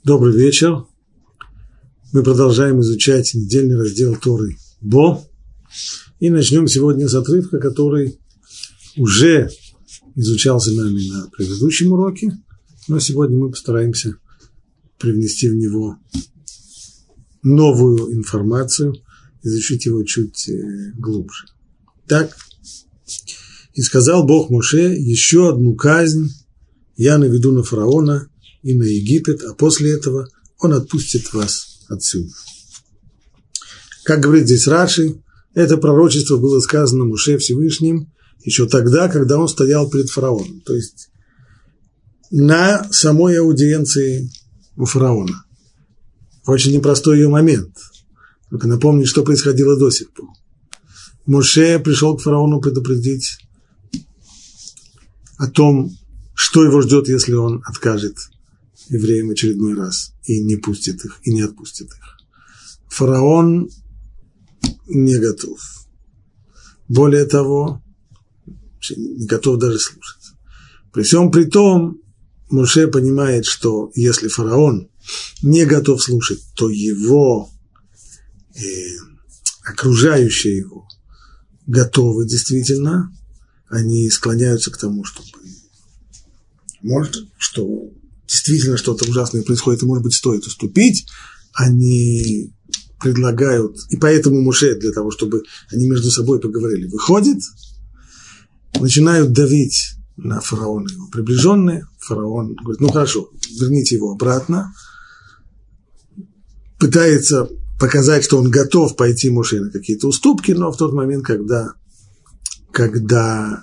Добрый вечер. Мы продолжаем изучать недельный раздел Торы Бо. И начнем сегодня с отрывка, который уже изучался нами на предыдущем уроке, но сегодня мы постараемся привнести в него новую информацию, изучить его чуть глубже. Так, и сказал Бог Моше: еще одну казнь я наведу на фараона и на Египет, а после этого он отпустит вас отсюда. Как говорит здесь Раши, это пророчество было сказано Моше Всевышним еще тогда, когда он стоял перед фараоном, то есть на самой аудиенции у фараона. Очень непростой ее момент. Только напомнить, что происходило до сих пор. Моше пришел к фараону предупредить о том, что его ждет, если он откажет евреям очередной раз и не пустит их, и не отпустит их. Фараон не готов. Более того, не готов даже слушать. При всем при том, Моше понимает, что если фараон не готов слушать, то его окружающие его готовы действительно, они склоняются к тому, чтобы, может, что действительно что-то ужасное происходит, и, может быть, стоит уступить, они предлагают, и поэтому Моше, для того, чтобы они между собой поговорили, выходит, начинают давить на фараона его приближенные. Фараон говорит: ну хорошо, верните его обратно. Пытается показать, что он готов пойти Моше на какие-то уступки, но в тот момент, когда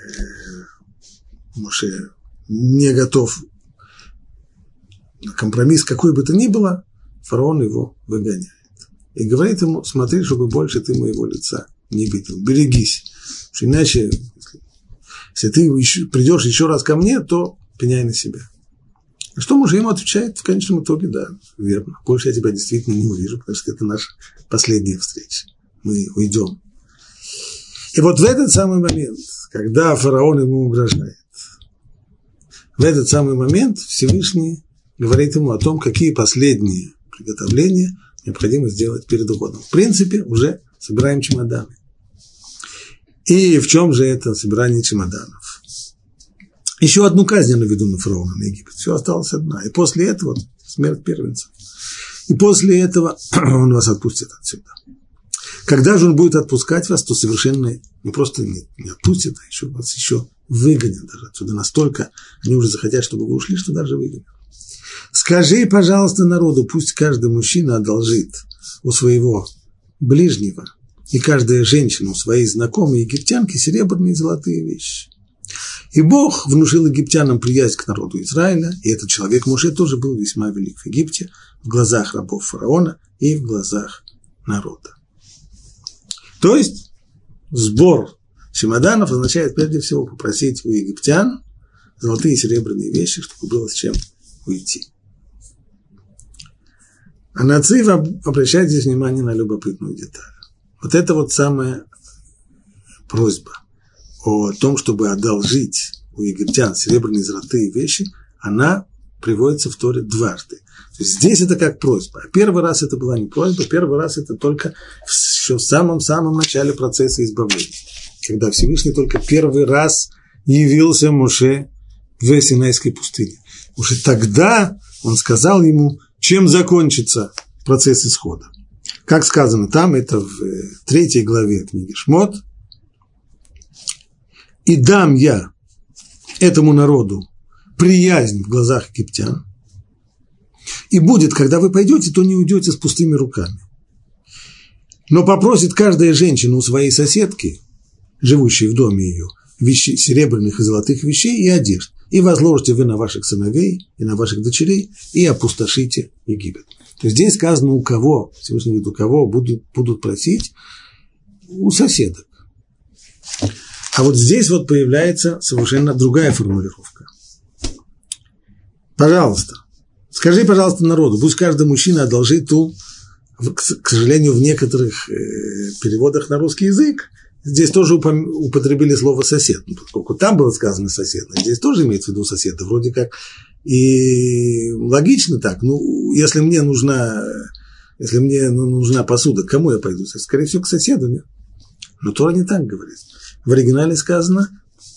Моше не готов на компромисс, какой бы то ни было, фараон его выгоняет. И говорит ему: смотри, чтобы больше ты моего лица не видел, берегись. Потому что иначе, если ты придешь еще раз ко мне, то пеняй на себя. А что Моше ему отвечает в конечном итоге? Да, верно. Больше я тебя действительно не увижу, потому что это наша последняя встреча. Мы уйдем. И вот в этот самый момент, когда фараон ему угрожает, в этот самый момент Всевышний говорит ему о том, какие последние приготовления необходимо сделать перед уходом. В принципе, уже собираем чемоданы. И в чем же это собирание чемоданов? Еще одну казнь я наведу на фараона, на Египет. Все, осталось одна. И после этого смерть первенца. И после этого он вас отпустит отсюда. Когда же он будет отпускать вас, то совершенно не просто не отпустит, а еще вас еще выгонят даже отсюда. Настолько они уже захотят, чтобы вы ушли, что даже выгонят. Скажи, пожалуйста, народу, пусть каждый мужчина одолжит у своего ближнего и каждая женщина у своей знакомой египтянки серебряные и золотые вещи. И Бог внушил египтянам приязнь к народу Израиля, и этот человек Моше тоже был весьма велик в Египте, в глазах рабов фараона и в глазах народа. То есть сбор чемоданов означает прежде всего попросить у египтян золотые и серебряные вещи, чтобы было с чем уйти. А Нацив обращает здесь внимание на любопытную деталь. Вот это вот самая просьба о том, чтобы одолжить у египтян серебряные и золотые вещи, она приводится в Торе дважды. То есть здесь это как просьба. А первый раз это была не просьба, первый раз это только еще в самом-самом начале процесса избавления. Когда Всевышний только первый раз явился Моше в Синайской пустыне. Уже тогда он сказал ему, чем закончится процесс исхода. Как сказано там, это в 3 главе книги Шмот. «И дам я этому народу приязнь в глазах египтян, и будет, когда вы пойдете, то не уйдете с пустыми руками. Но попросит каждая женщина у своей соседки, живущей в доме ее, вещей, серебряных и золотых вещей и одежд, и возложите вы на ваших сыновей и на ваших дочерей, и опустошите Египет». То есть здесь сказано, у кого, Всевышний говорит, у кого будут просить, у соседок. А вот здесь вот появляется совершенно другая формулировка. Пожалуйста, скажи, пожалуйста, народу, пусть каждый мужчина одолжит к сожалению, в некоторых переводах на русский язык здесь тоже употребили слово «сосед», поскольку там было сказано «сосед», а здесь тоже имеется в виду сосед, вроде как И логично так, если мне нужна посуда, к кому я пойду? Скорее всего, к соседу, нет? Но Тора не так говорит. В оригинале сказано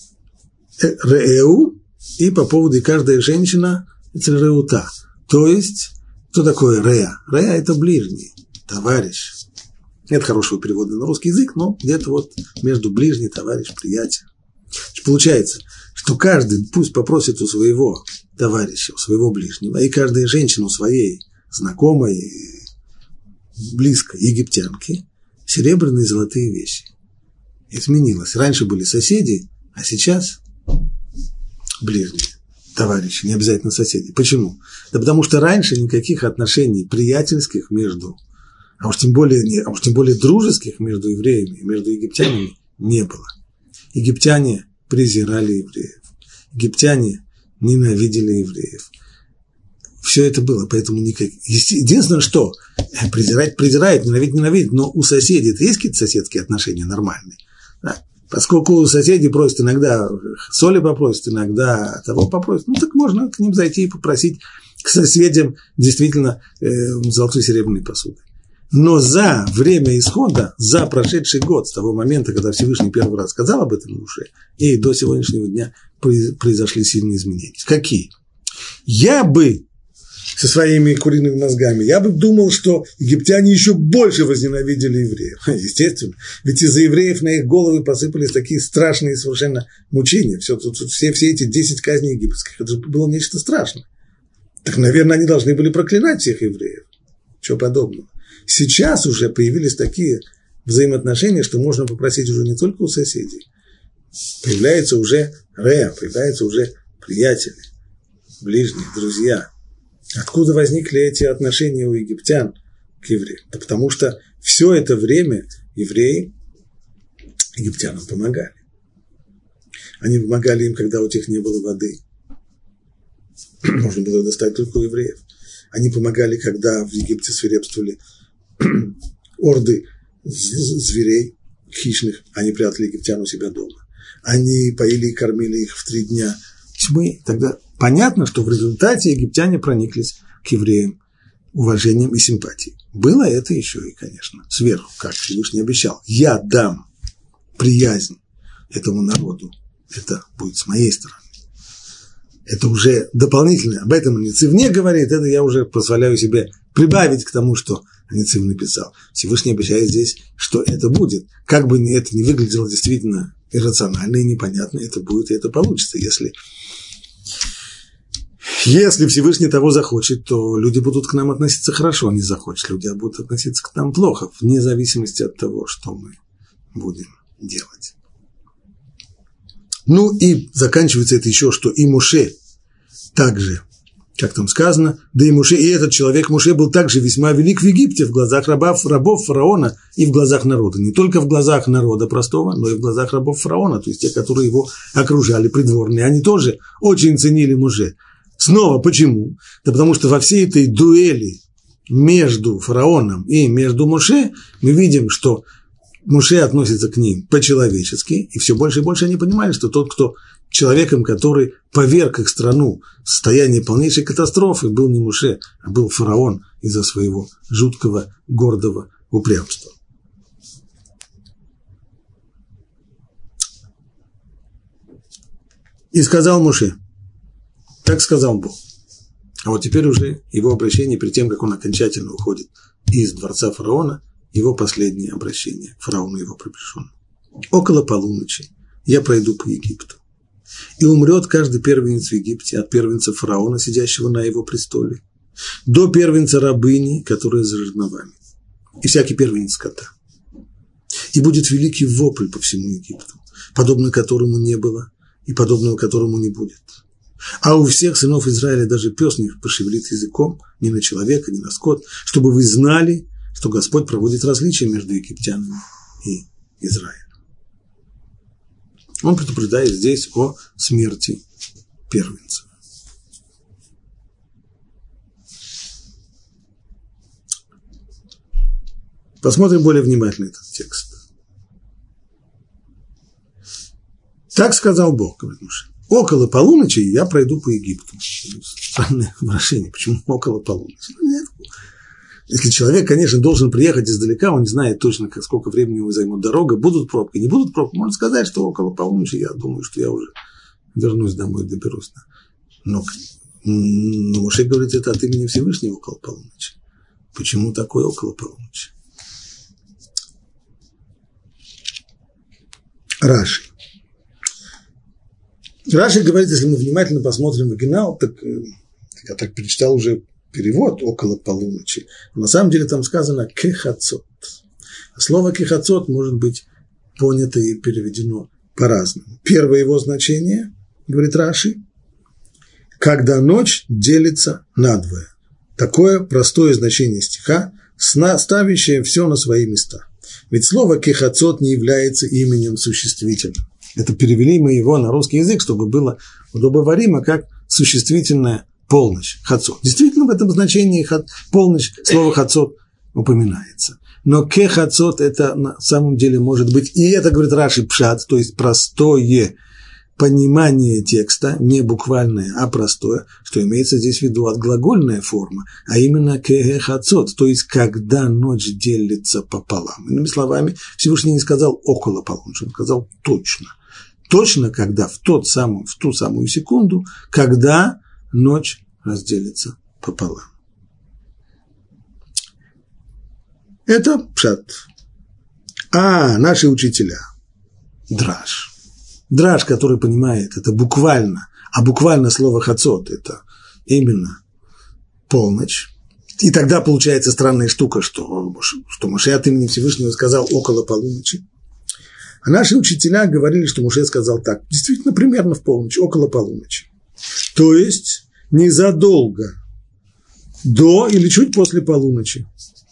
«реэу», и по поводу «и каждая женщина» это «реута». То есть, что такое «реа»? «Реа» – это ближний, товарищ. Нет хорошего перевода на русский язык, но где-то вот между ближний, товарищ, приятель. Получается, что каждый пусть попросит у своего товарища, у своего ближнего, и каждая женщина у своей знакомой, близкой египтянки, серебряные и золотые вещи. Изменилось. Раньше были соседи, а сейчас ближние, товарищи, не обязательно соседи. Почему? Да потому что раньше никаких отношений приятельских а уж тем более дружеских между евреями и между египтянами не было. Египтяне презирали евреев. Египтяне ненавидели евреев. Все это было, поэтому единственное, что презирает, ненавидит, но у соседей есть какие-то соседские отношения нормальные. Да? Поскольку соседи просят иногда соли попросят, иногда того попросят, так можно к ним зайти и попросить к соседям действительно золотой и серебряной посуды. Но за время исхода, за прошедший год, с того момента, когда Всевышний первый раз сказал об этом Моше, и до сегодняшнего дня произошли сильные изменения. Какие? Я бы со своими куриными мозгами, я бы думал, что египтяне еще больше возненавидели евреев. Естественно, ведь из-за евреев на их головы посыпались такие страшные совершенно мучения. Все эти 10 казней египетских, это же было нечто страшное. Так, наверное, они должны были проклинать всех евреев. Чего подобного. Сейчас уже появились такие взаимоотношения, что можно попросить уже не только у соседей. Появляется уже реа, появляются уже приятели, ближние, друзья. Откуда возникли эти отношения у египтян к евреям? Да потому что все это время евреи египтянам помогали. Они помогали им, когда у тех не было воды. Можно было достать только у евреев. Они помогали, когда в Египте свирепствовали орды зверей хищных. Они прятали египтян у себя дома. Они поили и кормили их в 3 дня тьмы. Тогда понятно, что в результате египтяне прониклись к евреям уважением и симпатией. Было это еще и, конечно, сверху, как Всевышний обещал. Я дам приязнь этому народу. Это будет с моей стороны. Это уже дополнительно. Об этом Ницивне говорит. Это я уже позволяю себе прибавить к тому, что Ницив написал. Всевышний обещает здесь, что это будет. Как бы это ни выглядело действительно иррационально и непонятно, это будет и это получится. Если Всевышний того захочет, то люди будут к нам относиться хорошо, не захочет, люди будут относиться к нам плохо, вне зависимости от того, что мы будем делать. И заканчивается это еще, что и Моше также, как там сказано, да и Моше, и этот человек Моше был также весьма велик в Египте в глазах рабов фараона и в глазах народа. Не только в глазах народа простого, но и в глазах рабов фараона, то есть те, которые его окружали, придворные. Они тоже очень ценили Моше. Снова почему? Да потому что во всей этой дуэли между фараоном и между Моше мы видим, что Моше относится к ним по-человечески, и все больше и больше они понимали, что тот, кто человеком, который поверг их страну в состояние полнейшей катастрофы, был не Моше, а был фараон из-за своего жуткого, гордого упрямства. И сказал Моше, так сказал Бог. А вот теперь уже его обращение, перед тем, как он окончательно уходит из дворца фараона, его последнее обращение к фараону и его приближенным. Около полуночи я пройду по Египту, и умрет каждый первенец в Египте, от первенца фараона, сидящего на его престоле, до первенца рабыни, которая за жерновами, и всякий первенец скота. И будет великий вопль по всему Египту, подобно которому не было и подобного которому не будет. А у всех сынов Израиля даже пес не пошевелит языком ни на человека, ни на скот, чтобы вы знали, что Господь проводит различия между египтянами и Израилем. Он предупреждает здесь о смерти первенцев. Посмотрим более внимательно этот текст. Так сказал Бог, говорит Моше. около полуночи я пройду по Египту. Странное выражение, почему около полуночи? Нет. Если человек, конечно, должен приехать издалека, он не знает точно, сколько времени ему займет дорога, будут пробки, не будут пробки, можно сказать, что около полуночи я думаю, что я уже вернусь домой, доберусь. Но Моше говорит это от имени Всевышнего около полуночи. Почему такое около полуночи? Раши. Раши говорит, если мы внимательно посмотрим в оригинал, так я так перечитал уже перевод около полуночи. На самом деле там сказано кехацот. Слово кехацот может быть понято и переведено по-разному. Первое его значение, говорит Раши, когда ночь делится надвое. Такое простое значение стиха, ставящее все на свои места. Ведь слово кехацот не является именем существительным. Это перевели мы его на русский язык, чтобы было удобоваримо как существительное полночь, хацот. Действительно, в этом значении полночь, слово хацот упоминается. Но кехацот это на самом деле может быть, и это, говорит Раши, пшат, то есть простое понимание текста, не буквальное, а простое, что имеется здесь в виду отглагольная форма, а именно кехацот, то есть когда ночь делится пополам. Иными словами, Всевышний не сказал около полуночи, он сказал точно. Точно, когда в ту самую секунду, когда ночь разделится пополам. Это пшат. А наши учителя, драш. Драш, который понимает это буквально, а буквально слово хацот – это именно полночь. И тогда получается странная штука, что Моше от имени Всевышнего сказал около полуночи. А наши учителя говорили, что Моше сказал так, действительно, примерно в полночь, около полуночи. То есть незадолго до или чуть после полуночи.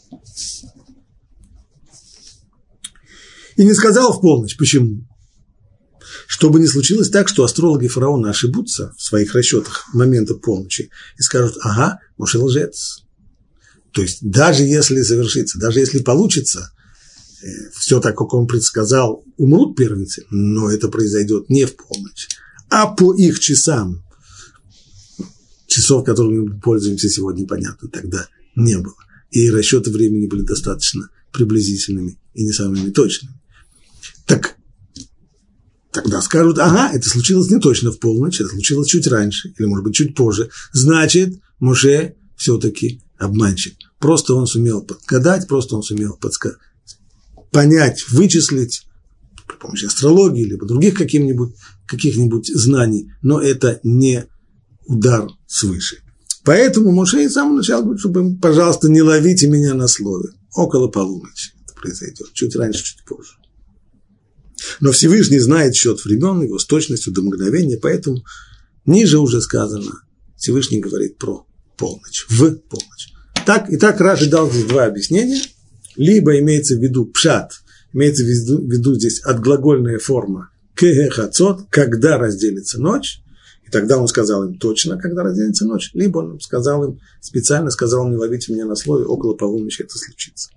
И не сказал в полночь. Почему? Чтобы не случилось так, что астрологи фараона ошибутся в своих расчетах момента полночи и скажут, ага, Моше лжец. То есть даже если завершится, даже если получится, все так, как он предсказал, умрут первенцы, но это произойдет не в полночь, а по их часам. Часов, которыми мы пользуемся сегодня, понятно, тогда не было. И расчеты времени были достаточно приблизительными и не самыми точными. Так тогда скажут, ага, это случилось не точно в полночь, это случилось чуть раньше, или, может быть, чуть позже. Значит, Моше все-таки обманщик. Просто он сумел подгадать, просто он сумел понять, вычислить при помощи астрологии, либо других каких-нибудь знаний, но это не удар свыше. Поэтому Моше и с самого начала говорит, чтобы, пожалуйста, не ловите меня на слове. Около полуночи это произойдет, чуть раньше, чуть позже. Но Всевышний знает счет времен, его с точностью до мгновения, поэтому ниже уже сказано, Всевышний говорит про полночь, в полночь. Так Раши дал здесь два объяснения. Либо имеется в виду пшат, имеется в виду здесь отглагольная форма кехацот, когда разделится ночь, и тогда он сказал им точно, когда разделится ночь, либо он сказал им, специально сказал, не ловите меня на слове, около полуночи это случится.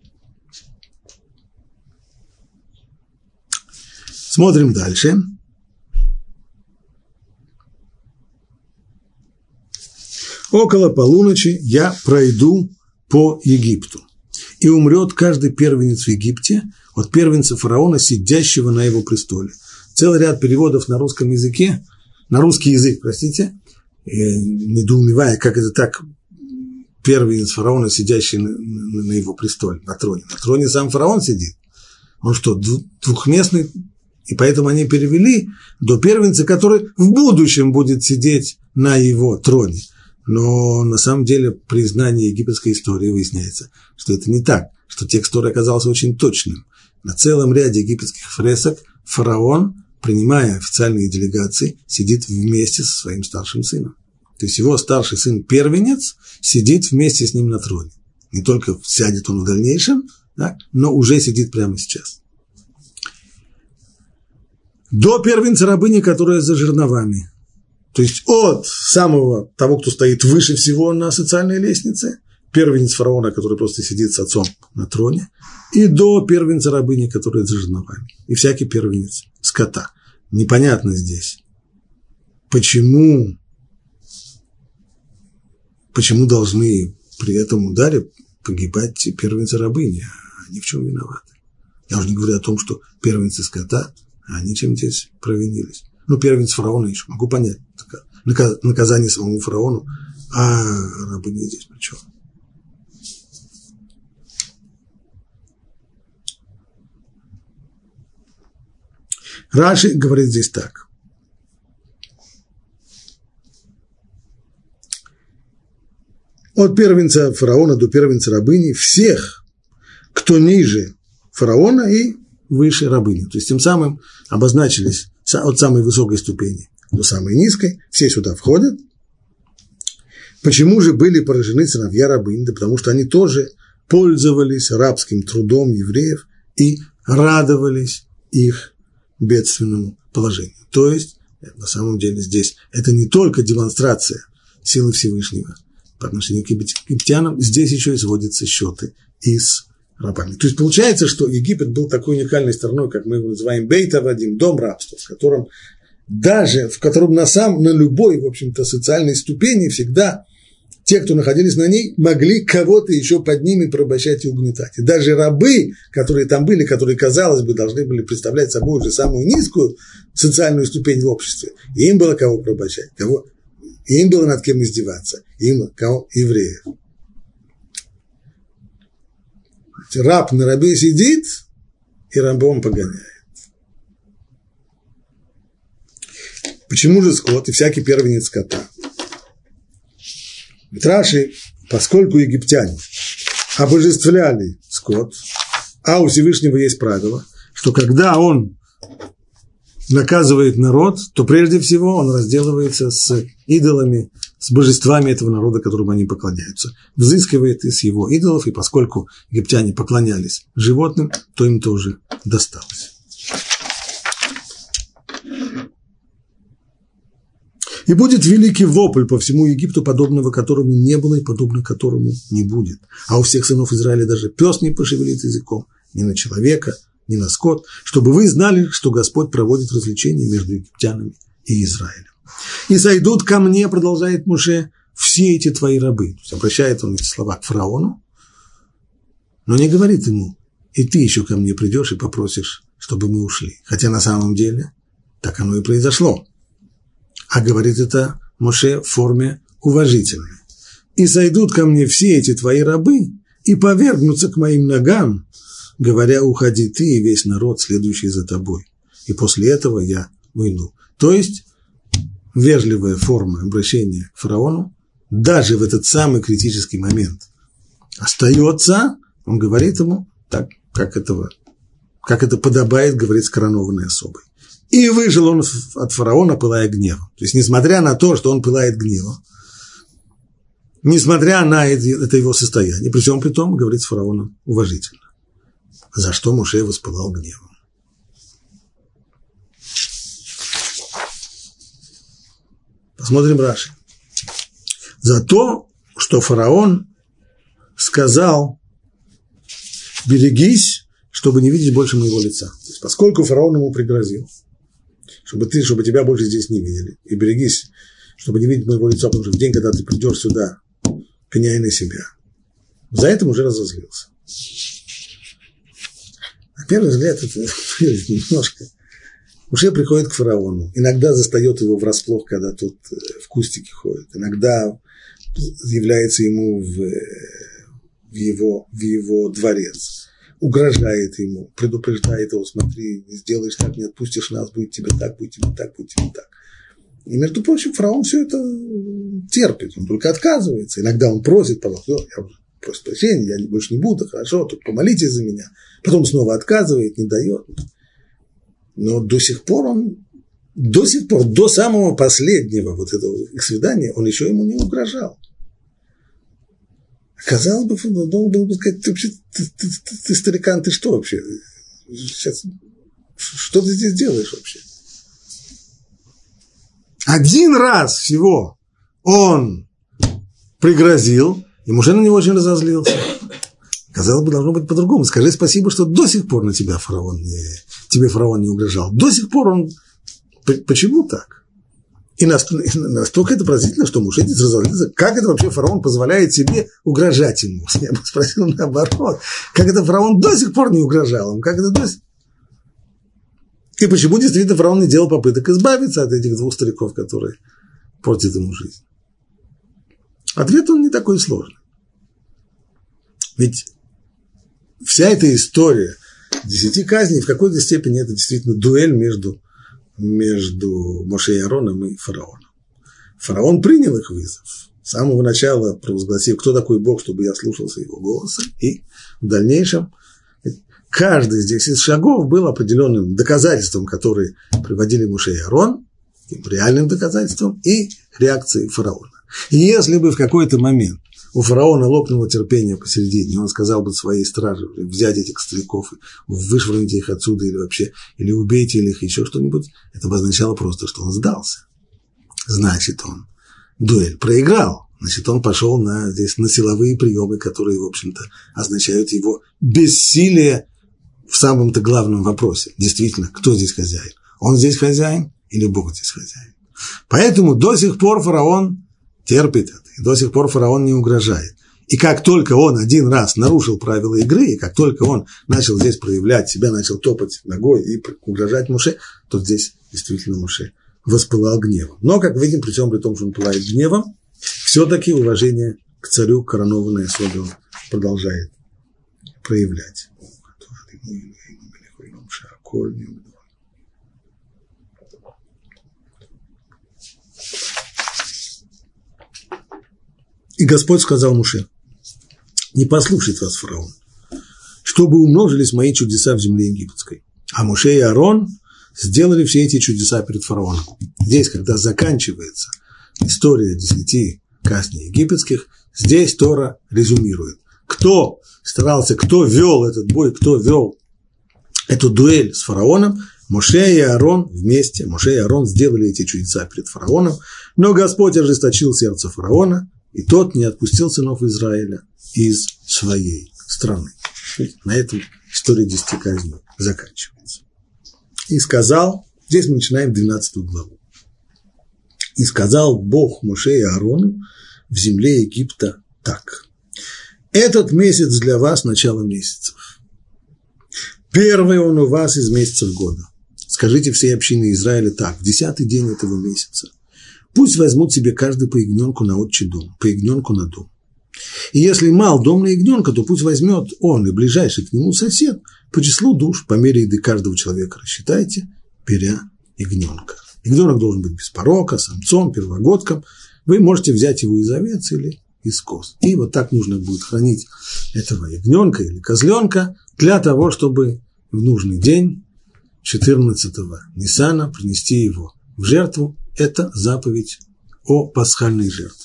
Смотрим дальше. Около полуночи я пройду по Египту. И умрет каждый первенец в Египте от первенца фараона, сидящего на его престоле. Целый ряд переводов на русском языке, на русский язык, недоумевая, как это так, первенец фараона, сидящий на его престоле, на троне. На троне сам фараон сидит. Он что, двухместный? И поэтому они перевели до первенца, который в будущем будет сидеть на его троне. Но на самом деле при знании египетской истории выясняется, что это не так, что текст Торы оказался очень точным. На целом ряде египетских фресок фараон, принимая официальные делегации, сидит вместе со своим старшим сыном. То есть его старший сын, первенец, сидит вместе с ним на троне. Не только сядет он в дальнейшем, да, но уже сидит прямо сейчас. До первенца рабыни, которая за жерновами. То есть от самого того, кто стоит выше всего на социальной лестнице, первенец фараона, который просто сидит с отцом на троне, и до первенца рабыни, которая за жерновами. И всякий первенец скота. Непонятно здесь, почему должны при этом ударе погибать первенцы рабыни? Они в чем виноваты? Я уже не говорю о том, что первенцы скота, они чем здесь провинились. Ну, первенец фараона еще могу понять. Наказание самому фараону, а рабыни здесь при чем? Раши говорит здесь так. От первенца фараона до первенца рабыни всех, кто ниже фараона и выше рабыни. То есть тем самым обозначились от самой высокой ступени до самой низкой, все сюда входят. Почему же были поражены сыновья рабынь? Да потому что они тоже пользовались рабским трудом евреев и радовались их бедственному положению. То есть, на самом деле здесь это не только демонстрация силы Всевышнего по отношению к египтянам, здесь еще и сводятся счеты и с рабами. То есть получается, что Египет был такой уникальной страной, как мы его называем Бейт Авадим, дом рабства, в котором на любой, в общем-то, социальной ступени всегда те, кто находились на ней, могли кого-то еще под ними порабощать и угнетать. И даже рабы, которые там были, которые, казалось бы, должны были представлять собой уже самую низкую социальную ступень в обществе, им было кого порабощать, им было над кем издеваться, им кого евреев. Раб на рабе сидит и рабом погоняет. Почему же скот и всякий первенец скота? Ведь Раши, поскольку египтяне обожествляли скот, а у Всевышнего есть правило, что когда он наказывает народ, то прежде всего он разделывается с идолами, с божествами этого народа, которым они поклоняются, взыскивает из его идолов, и поскольку египтяне поклонялись животным, то им тоже досталось. И будет великий вопль по всему Египту, подобного которому не было и подобного которому не будет. А у всех сынов Израиля даже пес не пошевелит языком, ни на человека, ни на скот, чтобы вы знали, что Господь проводит развлечения между египтянами и Израилем. И сойдут ко мне, продолжает Моше, все эти твои рабы. То есть обращает он эти слова к фараону, но не говорит ему, и ты еще ко мне придешь и попросишь, чтобы мы ушли. Хотя на самом деле так оно и произошло. А говорит это Моше в форме уважительной. И сойдут ко мне все эти твои рабы и повергнутся к моим ногам, говоря, уходи ты и весь народ, следующий за тобой. И после этого я уйду. То есть вежливая форма обращения к фараону даже в этот самый критический момент остается, он говорит ему так, как это подобает говорить с коронованной особой. И вышел он от фараона, пылая гневом. То есть, несмотря на то, что он пылает гневом, несмотря на это его состояние, при всем при том, говорит с фараоном уважительно. За что Моше воспылал гневом? Посмотрим Раши. За то, что фараон сказал, берегись, чтобы не видеть больше моего лица. То есть, поскольку фараон ему пригрозил, чтобы тебя больше здесь не видели, и берегись, чтобы не видеть моего лица, потому что в день, когда ты придешь сюда, пеняй на себя. За это уже разозлился. На первый взгляд, это немножко. Моше приходит к фараону, иногда застает его врасплох, когда тот в кустике ходит, иногда является ему в его дворец, угрожает ему, предупреждает его, смотри, сделаешь так, не отпустишь нас, будет тебе так, будет тебе так, будет тебе так. И, между прочим, фараон все это терпит, он только отказывается. Иногда он просит, пожалуйста, я прошу прощения, я больше не буду, хорошо, тут помолитесь за меня. Потом снова отказывает, не дает. Но до сих пор, до самого последнего вот этого их свидания, он еще ему не угрожал. Казалось бы, он должен был бы сказать, ты старикан, ты что вообще? Сейчас, что ты здесь делаешь вообще? Один раз всего он пригрозил, и Моше на него очень разозлился. Казалось бы, должно быть по-другому. Скажи спасибо, что до сих пор на тебе фараон не угрожал. До сих пор он... Почему так? И настолько это поразительно, что Моше здесь разозлился. Как это вообще фараон позволяет себе угрожать ему? Я бы спросил наоборот. Как это фараон до сих пор не угрожал им? Как это до сих пор? И почему действительно фараон не делал попыток избавиться от этих двух стариков, которые портят ему жизнь? Ответ он не такой сложный. Ведь вся эта история 10 казней в какой-то степени это действительно дуэль между Моше и Аароном и фараоном. Фараон принял их вызов. С самого начала провозгласив, кто такой Бог, чтобы я слушался его голоса. И в дальнейшем каждый здесь из шагов был определенным доказательством, которые приводили Моше и Аарон, реальным доказательством, и реакцией фараона. И если бы в какой-то момент у фараона лопнуло терпение посередине, он сказал бы своей страже взять этих стариков, вышвырнуть их отсюда или вообще, или убейте их, еще что-нибудь, это бы означало просто, что он сдался. Значит, он дуэль проиграл. Значит, он пошел здесь на силовые приемы, которые, в общем-то, означают его бессилие в самом-то главном вопросе. Действительно, кто здесь хозяин? Он здесь хозяин или Бог здесь хозяин? Поэтому до сих пор фараон терпит это, и до сих пор фараон не угрожает. И как только он один раз нарушил правила игры, и как только он начал здесь проявлять себя, начал топать ногой и угрожать Моше, то здесь действительно Моше воспылал гневом. Но, как видим, при том, что он пылает гневом, все-таки уважение к царю, коронованной особе, он продолжает проявлять. И Господь сказал Моше: не послушает вас фараон, чтобы умножились мои чудеса в земле египетской. А Моше и Аарон сделали все эти чудеса перед фараоном. Здесь, когда заканчивается история 10 казней египетских, здесь Тора резюмирует. Кто старался, кто вел этот бой, кто вел эту дуэль с фараоном? Моше и Аарон вместе. Моше и Аарон сделали эти чудеса перед фараоном, но Господь ожесточил сердце фараона, и тот не отпустил сынов Израиля из своей страны. На этом история 10 казней заканчивается. И сказал, здесь мы начинаем 12 главу. И сказал Бог Моше и Аарону в земле Египта так: этот месяц для вас начало месяцев. Первый он у вас из месяцев года. Скажите всей общине Израиля так: в 10-й день этого месяца пусть возьмут себе каждый по ягненку на отчий дом, по ягненку на дом. И если мал дом на ягненка, то пусть возьмет он и ближайший к нему сосед по числу душ, по мере еды каждого человека рассчитайте, беря ягненка. Ягненок должен быть без порока, самцом, первогодком. Вы можете взять его из овец или из коз. И вот так нужно будет хранить этого ягненка или козленка для того, чтобы в нужный день, 14-го Ниссана, принести его в жертву. Это заповедь о пасхальной жертве.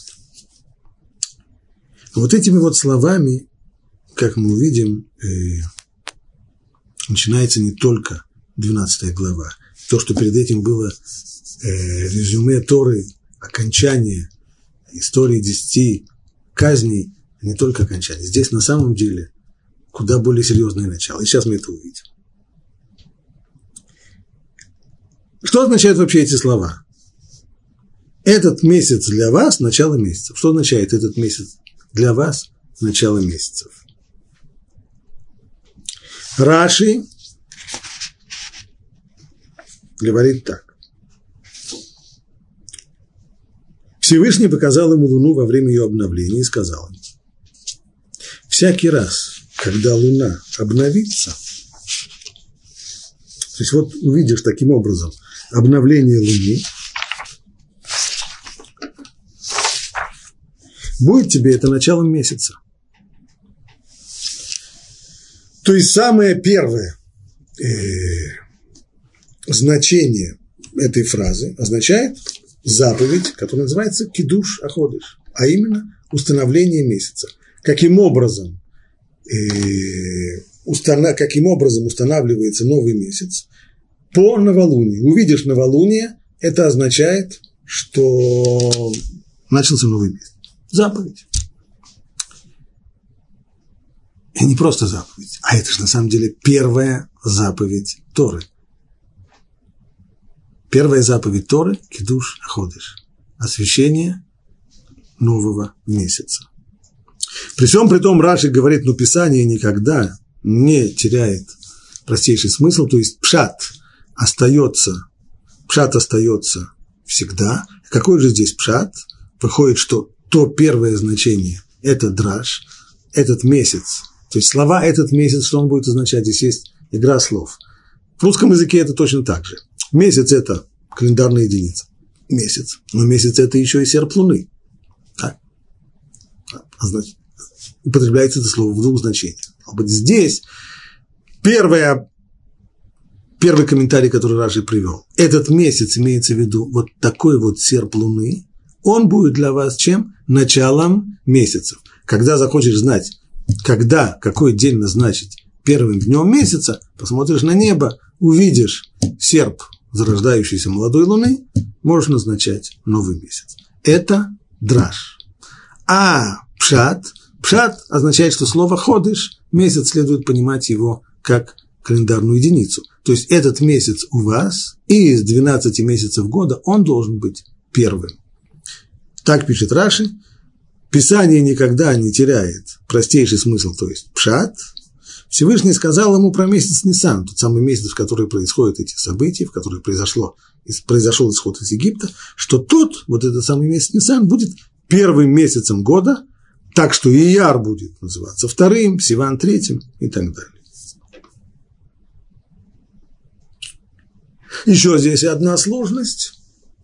Вот этими вот словами, как мы увидим, начинается не только 12 глава. То, что перед этим было резюме Торы, окончание истории 10 казней, не только окончание. Здесь на самом деле куда более серьезное начало. И сейчас мы это увидим. Что означают вообще эти слова? Этот месяц для вас – начало месяцев. Что означает этот месяц для вас – начало месяцев? Раши говорит так. Всевышний показал ему луну во время ее обновления и сказал ему: всякий раз, когда луна обновится, то есть вот увидишь таким образом обновление луны, будет тебе это началом месяца. То есть самое первое значение этой фразы означает заповедь, которая называется кидуш аходыш, а именно установление месяца. Каким образом устанавливается новый месяц? По новолунию. Увидишь новолуние, это означает, что начался новый месяц. Заповедь. И не просто заповедь, а это же на самом деле первая заповедь Торы. Первая заповедь Торы – кидуш ходеш, освящение нового месяца. При всем при том Раши говорит, но Писание никогда не теряет простейший смысл, то есть пшат остается всегда. Какой же здесь пшат? Выходит, что то первое значение – это драш, этот месяц. То есть слова «этот месяц», что он будет означать? Здесь есть игра слов. В русском языке это точно так же. Месяц – это календарная единица. Месяц. Но месяц – это еще и серп луны. Так. Значит, употребляется это слово в двух значениях. Вот здесь первый комментарий, который Раши привел. Этот месяц имеется в виду вот такой вот серп луны. Он будет для вас чем? Началом месяцев. Когда захочешь знать, какой день назначить первым днем месяца, посмотришь на небо, увидишь серп зарождающейся молодой луны, можешь назначать новый месяц. Это драш. А пшат означает, что слово ходыш, месяц следует понимать его как календарную единицу. То есть этот месяц у вас, и из 12 месяцев года он должен быть первым. Так пишет Раши. Писание никогда не теряет простейший смысл, то есть пшат. Всевышний сказал ему про месяц Нисан, тот самый месяц, в который происходят эти события, в который произошел исход из Египта, что вот этот самый месяц Нисан будет первым месяцем года, так что Ияр будет называться вторым, Сиван третьим и так далее. Еще здесь одна сложность.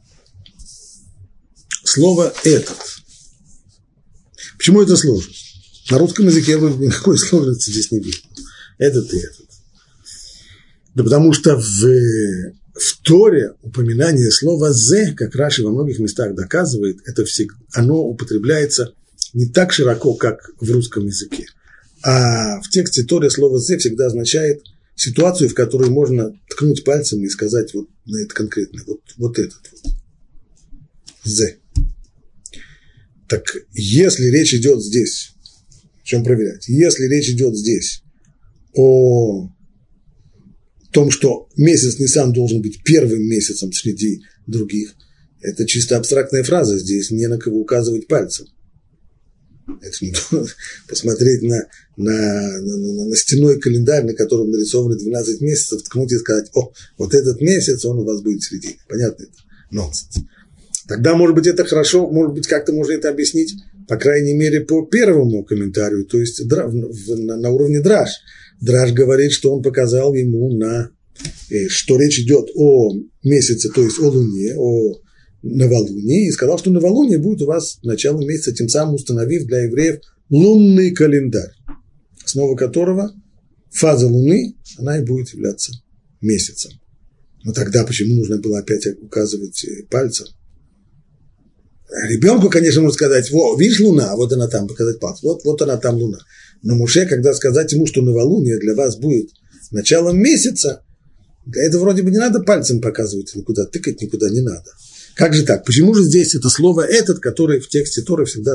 Слово «этот». Почему это сложно? На русском языке никакой сложности здесь не видно. Этот и этот. Да потому что в Торе упоминание слова «зе», как Раши во многих местах доказывает, оно употребляется не так широко, как в русском языке. А в тексте Торы слово «зе» всегда означает ситуацию, в которой можно ткнуть пальцем и сказать вот на это конкретно, вот этот вот. «Зе». Так если речь идет здесь, в чем проверять? Если речь идет здесь о том, что месяц Нисан должен быть первым месяцем среди других, это чисто абстрактная фраза, здесь не на кого указывать пальцем. Это не посмотреть на стеной календарь, на котором нарисованы 12 месяцев, ткнуть и сказать: вот этот месяц, он у вас будет среди. Понятно, это нонсенс. Тогда, может быть, это хорошо, может быть, как-то можно это объяснить, по крайней мере, по первому комментарию, то есть на уровне драш. Драш говорит, что он показал ему, что речь идет о месяце, то есть о луне, о новолунии, и сказал, что новолуние будет у вас началом месяца, тем самым установив для евреев лунный календарь, основа которого фаза луны, она и будет являться месяцем. Но тогда почему нужно было опять указывать пальцем? Ребенку, конечно, можно сказать: видишь, луна, вот она там, показать палец, вот она там луна. Но Моше, когда сказать ему, что новолуние для вас будет началом месяца, это вроде бы не надо пальцем показывать, никуда тыкать, никуда не надо. Как же так? Почему же здесь это слово «этот», которое в тексте Торы всегда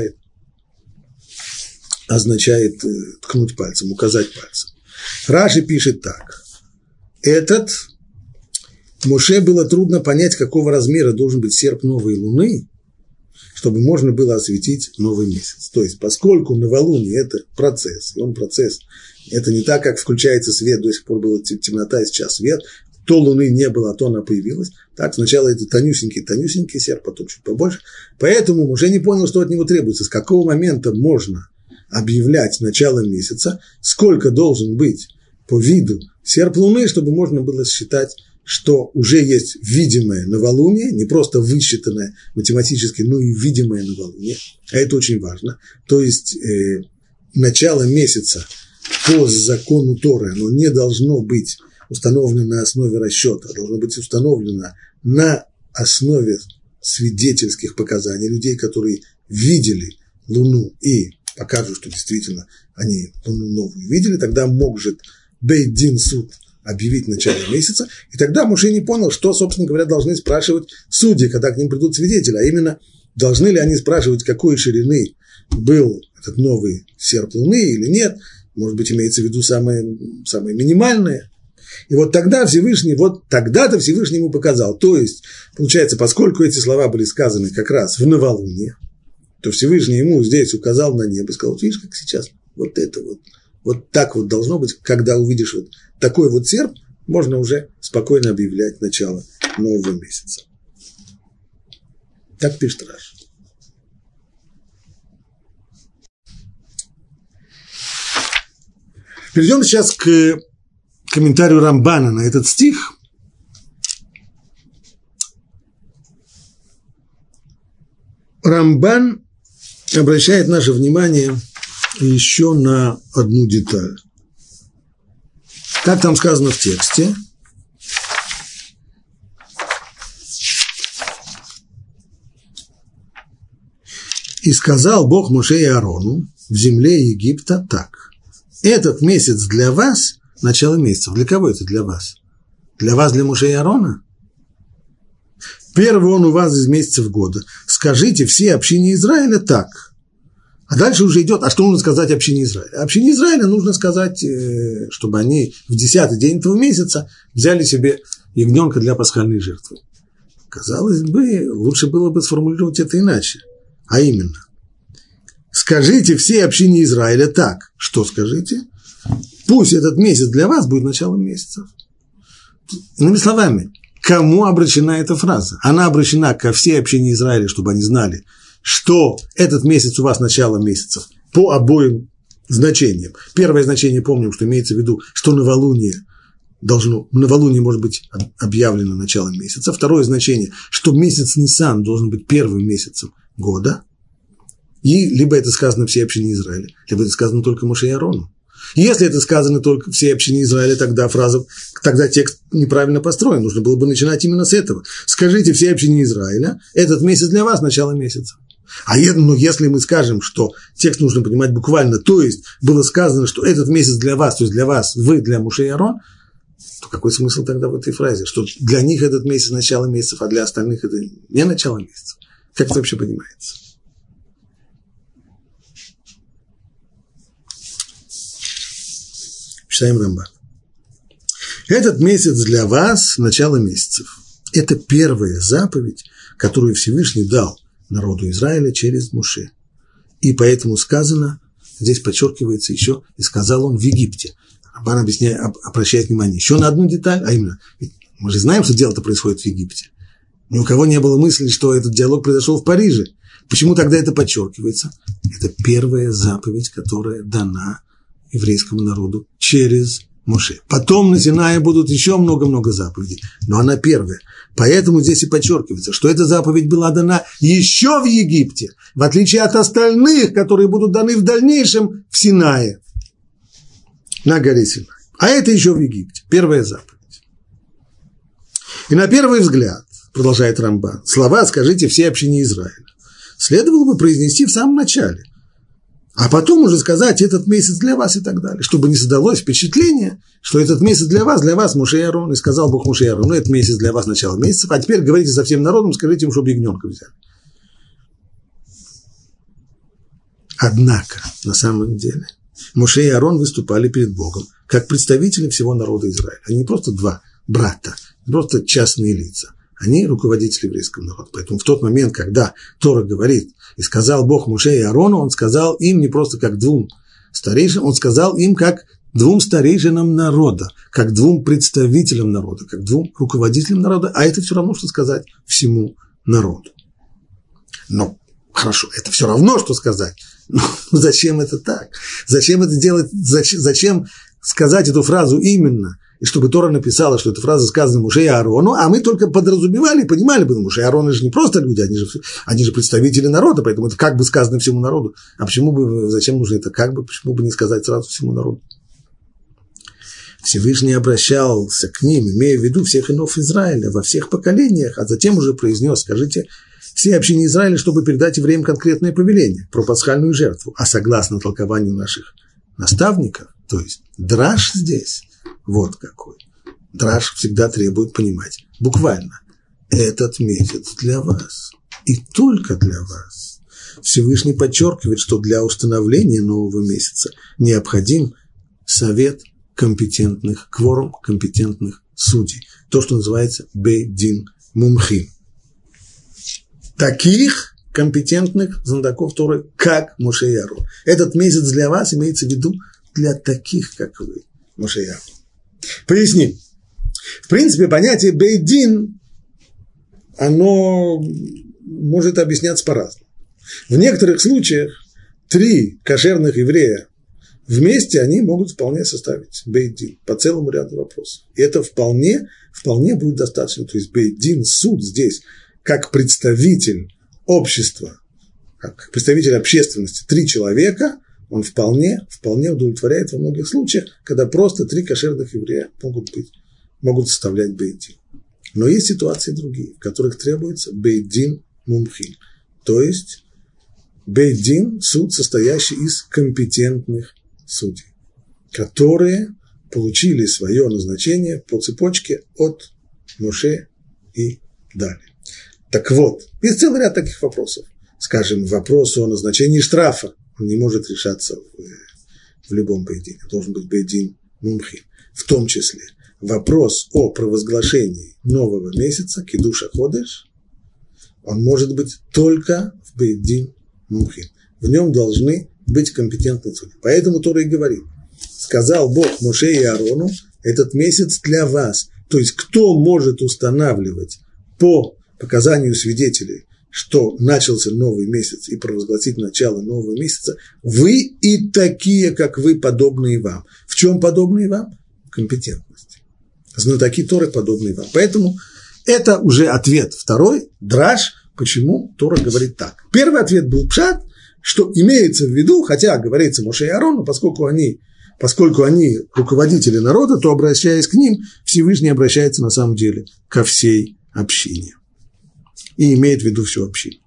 означает ткнуть пальцем, указать пальцем? Раши пишет так. Этот Моше было трудно понять, какого размера должен быть серп новой луны, чтобы можно было осветить новый месяц. То есть, поскольку новолуние – это процесс, это не так, как включается свет, до сих пор была темнота, и сейчас свет, то луны не было, а то она появилась. Так, сначала это тонюсенький серп, потом чуть побольше. Поэтому уже не понял, что от него требуется, с какого момента можно объявлять начало месяца, сколько должен быть по виду серп луны, чтобы можно было считать, что уже есть видимое новолуние, не просто высчитанное математически, но и видимое новолуние, а это очень важно. То есть начало месяца по закону Торы, оно не должно быть установлено на основе расчета, должно быть установлено на основе свидетельских показаний людей, которые видели Луну и покажут, что действительно они Луну новую видели, тогда может Бейт-Дин, суд, объявить начало месяца, и тогда Моше не понял, что, собственно говоря, должны спрашивать судьи, когда к ним придут свидетели, а именно, должны ли они спрашивать, какой ширины был этот новый серп Луны или нет, может быть, имеется в виду самое минимальное. И вот тогда Всевышний, вот тогда-то Всевышний ему показал. То есть, получается, поскольку эти слова были сказаны как раз в новолуние, то Всевышний ему здесь указал на небо и сказал, вот видишь, как сейчас, вот это вот так вот должно быть, когда увидишь вот такой вот серп, можно уже спокойно объявлять начало нового месяца. Так пишет Раши. Перейдем сейчас к комментарию Рамбана на этот стих. Рамбан обращает наше внимание еще на одну деталь. Как там сказано в тексте? «И сказал Бог Моше и Аарону в земле Египта так. Этот месяц для вас, начало месяца. Для кого это для вас? Для вас, для Моше и Аарона? Первый он у вас из месяцев года. Скажите все общине Израиля так». А дальше уже идет, а что нужно сказать общине Израиля? Общине Израиля нужно сказать, чтобы они в 10-й день этого месяца взяли себе ягненка для пасхальной жертвы. Казалось бы, лучше было бы сформулировать это иначе. А именно, скажите все общине Израиля так. Что скажите? Пусть этот месяц для вас будет началом месяцев. Иными словами, кому обращена эта фраза? Она обращена ко всей общине Израиля, чтобы они знали, что этот месяц у вас начало месяцев по обоим значениям. Первое значение, помним, что имеется в виду, что новолуние может быть объявлено началом месяца. Второе значение, что месяц Нисан должен быть первым месяцем года. И либо это сказано всей общине Израиля, либо это сказано только Моше и Аарону. Если это сказано только всей общине Израиля, тогда текст неправильно построен. Нужно было бы начинать именно с этого. Скажите всей общине Израиля, этот месяц для вас начало месяца. Если мы скажем, что текст нужно понимать буквально, то есть было сказано, что этот месяц для вас, то есть для вас, вы, для Моше и Аарона, то какой смысл тогда в этой фразе? Что для них этот месяц начало месяцев, а для остальных это не начало месяцев? Как это вообще понимается? Читаем Рамбан. Этот месяц для вас начало месяцев. Это первая заповедь, которую Всевышний дал народу Израиля через Моше. И поэтому сказано, здесь подчеркивается еще, и сказал он в Египте. Рамбан обращает внимание еще на одну деталь, а именно, мы же знаем, что дело-то происходит в Египте. Ни у кого не было мысли, что этот диалог произошел в Париже. Почему тогда это подчеркивается? Это первая заповедь, которая дана еврейскому народу через Моше. Потом на Синае будут еще много-много заповедей, но она первая. Поэтому здесь и подчеркивается, что эта заповедь была дана еще в Египте, в отличие от остальных, которые будут даны в дальнейшем в Синае, на горе Синай. А это еще в Египте, первая заповедь. И на первый взгляд, продолжает Рамбан, слова «скажите всей общине Израиля» следовало бы произнести в самом начале, а потом уже сказать «этот месяц для вас» и так далее, чтобы не создалось впечатление, что этот месяц для вас Моше и Аарон, и сказал Бог Моше и Аарону, этот месяц для вас начало месяцев, а теперь говорите со всем народом, скажите им, чтобы ягненка взяли. Однако, на самом деле, Моше и Аарон выступали перед Богом как представители всего народа Израиля. Они не просто два брата, не просто частные лица. Они руководители еврейского народа. Поэтому в тот момент, когда Тора говорит, и сказал Бог Моше и Аарону, он сказал им не просто как двум старейшинам, он сказал им как двум старейшинам народа, как двум представителям народа, как двум руководителям народа, а это все равно, что сказать всему народу. Но, хорошо, это все равно, что сказать. Но зачем это так? Зачем это делать? Зачем сказать эту фразу именно? И чтобы Тора написала, что эта фраза сказана Моше и Аарону, а мы только подразумевали и понимали, потому что Моше и Аарон же не просто люди, они же представители народа, поэтому это как бы сказано всему народу. А зачем нужно это как бы, почему бы не сказать сразу всему народу? Всевышний обращался к ним, имея в виду всех инов Израиля во всех поколениях, а затем уже произнес, скажите, все общине Израиля, чтобы передать евреям конкретное повеление про пасхальную жертву. А согласно толкованию наших наставников, то есть драш здесь, вот какой. Драш всегда требует понимать. Буквально. Этот месяц для вас. И только для вас. Всевышний подчеркивает, что для установления нового месяца необходим совет компетентных, кворум компетентных судей. То, что называется бейт-дин мумхим. Таких компетентных знатоков Торы, как Моше и Аарон. Этот месяц для вас имеется в виду для таких, как вы, Моше и Аарон. Поясним. В принципе, понятие бейт-дин, оно может объясняться по-разному. В некоторых случаях 3 кошерных еврея вместе они могут вполне составить бейт-дин по целому ряду вопросов. И это вполне будет достаточно. То есть бейт-дин, суд здесь, как представитель общества, как представитель общественности, 3 человека, он вполне удовлетворяет во многих случаях, когда просто 3 кошерных еврея могут составлять бейт-дин. Но есть ситуации другие, в которых требуется бейт-дин мумхим. То есть бейт-дин – суд, состоящий из компетентных судей, которые получили свое назначение по цепочке от Моше и далее. Так вот, есть целый ряд таких вопросов. Скажем, вопрос о назначении штрафа, он не может решаться в любом бейт-дине, должен быть бейт-дин мумхим. В том числе вопрос о провозглашении нового месяца, кидуш ха-ходеш, он может быть только в бейт-дин мумхим. В нем должны быть компетентные судьи. Поэтому Тора и говорит, сказал Бог Моше и Аарону, этот месяц для вас. То есть, кто может устанавливать по показанию свидетелей, что начался новый месяц, и провозгласить начало нового месяца, вы и такие, как вы, подобные вам. В чем подобные вам? Компетентность. Знатоки Торы подобные вам. Поэтому это уже ответ второй, драж, почему Тора говорит так. Первый ответ был пшат, что имеется в виду, хотя говорится Моше и Аарону, поскольку они руководители народа, то, обращаясь к ним, Всевышний обращается на самом деле ко всей общине. И имеет в виду всю общину.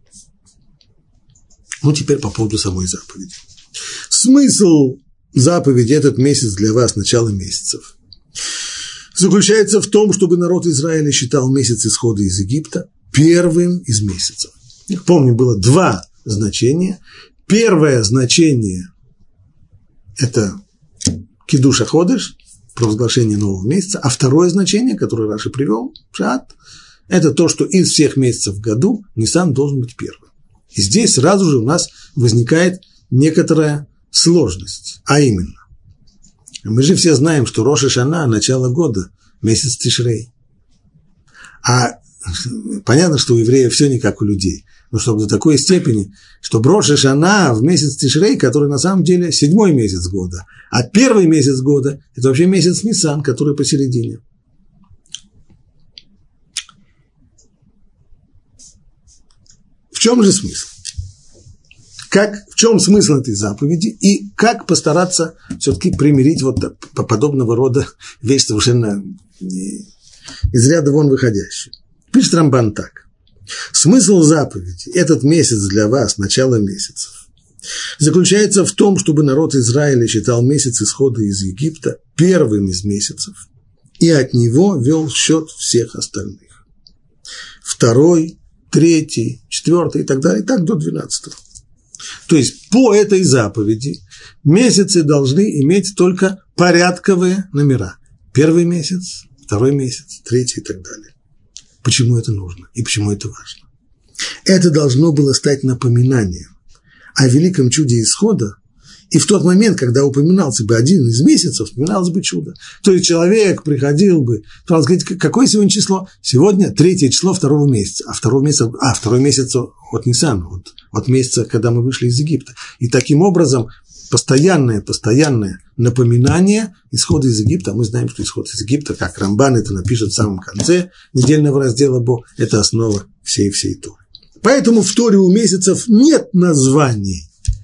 Ну, теперь по поводу самой заповеди. Смысл заповеди «Этот месяц для вас, начало месяцев» заключается в том, чтобы народ Израиля считал месяц исхода из Египта первым из месяцев. Помню, было 2 значения. Первое значение – это кидуш ха-ходеш, провозглашение нового месяца, а второе значение, которое Раши привел, пшат, это то, что из всех месяцев в году Нисан должен быть первым. И здесь сразу же у нас возникает некоторая сложность, а именно, мы же все знаем, что Рош ха-Шана – начало года, месяц Тишрей. А понятно, что у евреев все не как у людей, но чтобы до такой степени, что Рош ха-Шана в месяц Тишрей, который на самом деле 7-й месяц года, а 1-й месяц года – это вообще месяц Нисан, который посередине. В чем же смысл? В чем смысл этой заповеди и как постараться все-таки примирить вот подобного рода вещь совершенно из ряда вон выходящую. Пишет Рамбан так. Смысл заповеди «Этот месяц для вас, начало месяцев» заключается в том, чтобы народ Израиля считал месяц исхода из Египта первым из месяцев и от него вел счет всех остальных. 2-й, 3-й, 4-й и так далее, и так до 12-го. То есть по этой заповеди месяцы должны иметь только порядковые номера. 1-й месяц, 2-й месяц, 3-й и так далее. Почему это нужно и почему это важно? Это должно было стать напоминанием о великом чуде исхода, и в тот момент, когда упоминался бы один из месяцев, упоминалось бы чудо. То есть человек приходил бы, стал говорить, какое сегодня число? Сегодня 3-е число 2-го месяца, а 2-й месяц от Нисан, от месяца, когда мы вышли из Египта. И таким образом постоянное напоминание исхода из Египта. Мы знаем, что исход из Египта, как Рамбан это напишет в самом конце недельного раздела Бо, это основа всей Торы. Поэтому в Торе у месяцев нет названий.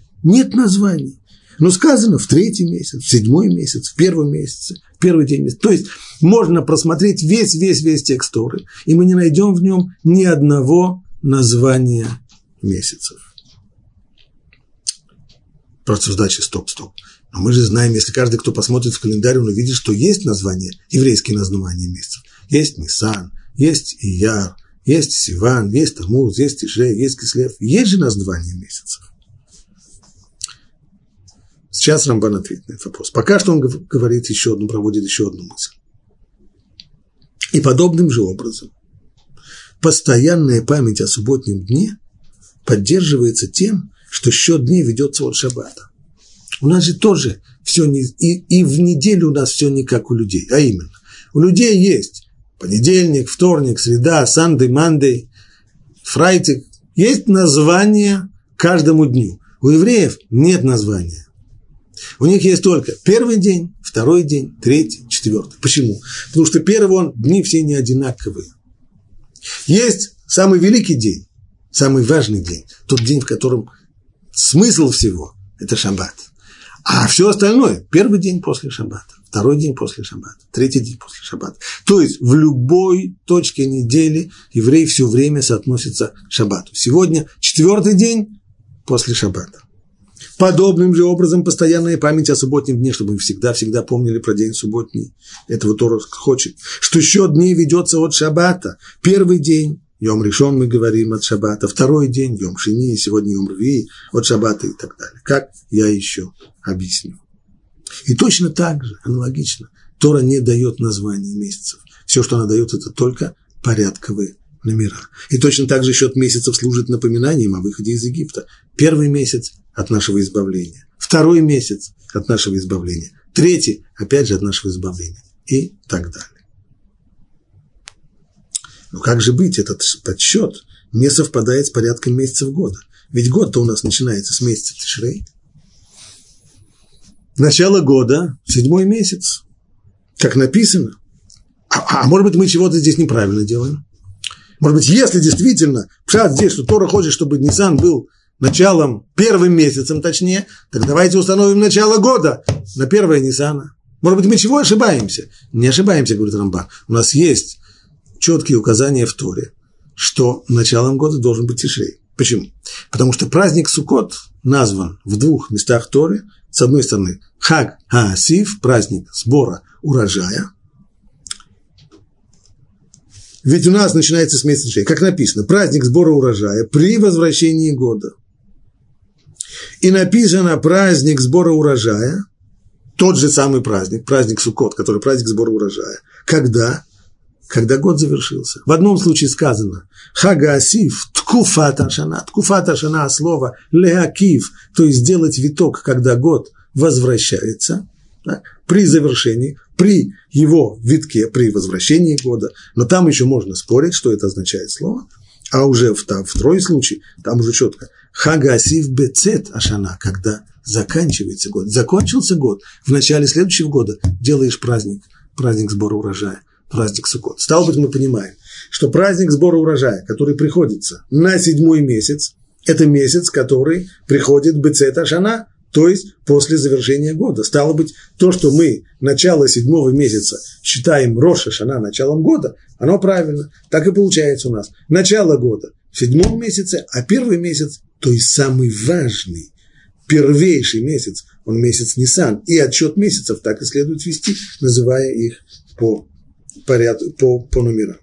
Но сказано в 3-й месяц, в 7-й месяц, в 1-м месяце, 1-й день месяца. То есть можно просмотреть весь текст Торы, и мы не найдем в нем ни одного названия месяцев. Просто задача стоп. Но мы же знаем, если каждый, кто посмотрит в календарь, он увидит, что есть названия, еврейские названия месяцев. Есть Нисан, есть Ияр, есть Сиван, есть Тамуз, есть Тишрей, есть Кислев. Есть же названия месяцев. С Сейчас Рамбан ответит на этот вопрос. Пока что он говорит проводит еще одну мысль. И подобным же образом постоянная память о субботнем дне поддерживается тем, что счет дней ведется от шаббата. У нас же тоже все и в неделю у нас все не как у людей, а именно, у людей есть понедельник, вторник, среда, Sunday, Monday, Friday, есть название каждому дню. У евреев нет названия. У них есть только первый день, второй день, третий, четвертый. Почему? Потому что первые дни все не одинаковые. Есть самый великий день, самый важный день, тот день, в котором смысл всего – это шаббат. А все остальное – первый день после шаббата, второй день после шаббата, третий день после шаббата. То есть в любой точке недели еврей все время соотносится к шаббату. Сегодня четвертый день после шаббата. Подобным же образом постоянная память о субботнем дне, чтобы мы всегда помнили про день субботний. Этого Тора хочет. Что счет дней ведется от шаббата. Первый день – Йом Ришон мы говорим от шаббата. Второй день – Йом Шини, сегодня Йом Рвии, от шаббата и так далее. Как я еще объясню. И точно так же, аналогично, Тора не дает названий месяцев. Все, что она дает, это только порядковые номера. И точно так же счет месяцев служит напоминанием о выходе из Египта. Первый месяц – от нашего избавления. Второй месяц – от нашего избавления. Третий – опять же от нашего избавления. И так далее. Но как же быть? Этот подсчет не совпадает с порядком месяцев года. Ведь год-то у нас начинается с месяца Тишрей. Начало года – 7-й месяц. Как написано. А может быть, мы чего-то здесь неправильно делаем? Может быть, если действительно пшат здесь, что Тора хочет, чтобы Нисан был началом, первым месяцем точнее, так давайте установим начало года на 1 Нисана. Может быть, мы чего ошибаемся? Не ошибаемся, говорит Рамбан. У нас есть четкие указания в Торе, что началом года должен быть Тишрей. Почему? Потому что праздник Суккот назван в 2 местах Торы. С одной стороны, Хаг Хаасиф, праздник сбора урожая. Ведь у нас начинается с месяца Тишрей. Как написано, праздник сбора урожая при возвращении года. И написано праздник сбора урожая, тот же самый праздник, праздник Суккот, который праздник сбора урожая. Когда? Когда год завершился. В одном случае сказано Хагаасиф, ткуфат ашана. Ткуфат ашана, слово леакив, то есть сделать виток, когда год возвращается, да, при завершении, при его витке, при возвращении года. Но там еще можно спорить, что это означает слово. А уже второй случай, там уже четко Хагаасиф бецет ашана, когда заканчивается год. Закончился год, в начале следующего года делаешь праздник сбора урожая. Праздник Суккот. Стало быть, мы понимаем, что праздник сбора урожая, который приходится на 7-й месяц, это месяц, который приходит бецет ашана, то есть после завершения года. Стало быть, то, что мы начало 7-го месяца считаем Рош ха-Шана началом года, оно правильно. Так и получается у нас. Начало года в 7-м месяце, а первый месяц, то есть самый важный, первейший месяц, он месяц Нисан. И отсчет месяцев так и следует вести, называя их по номерам.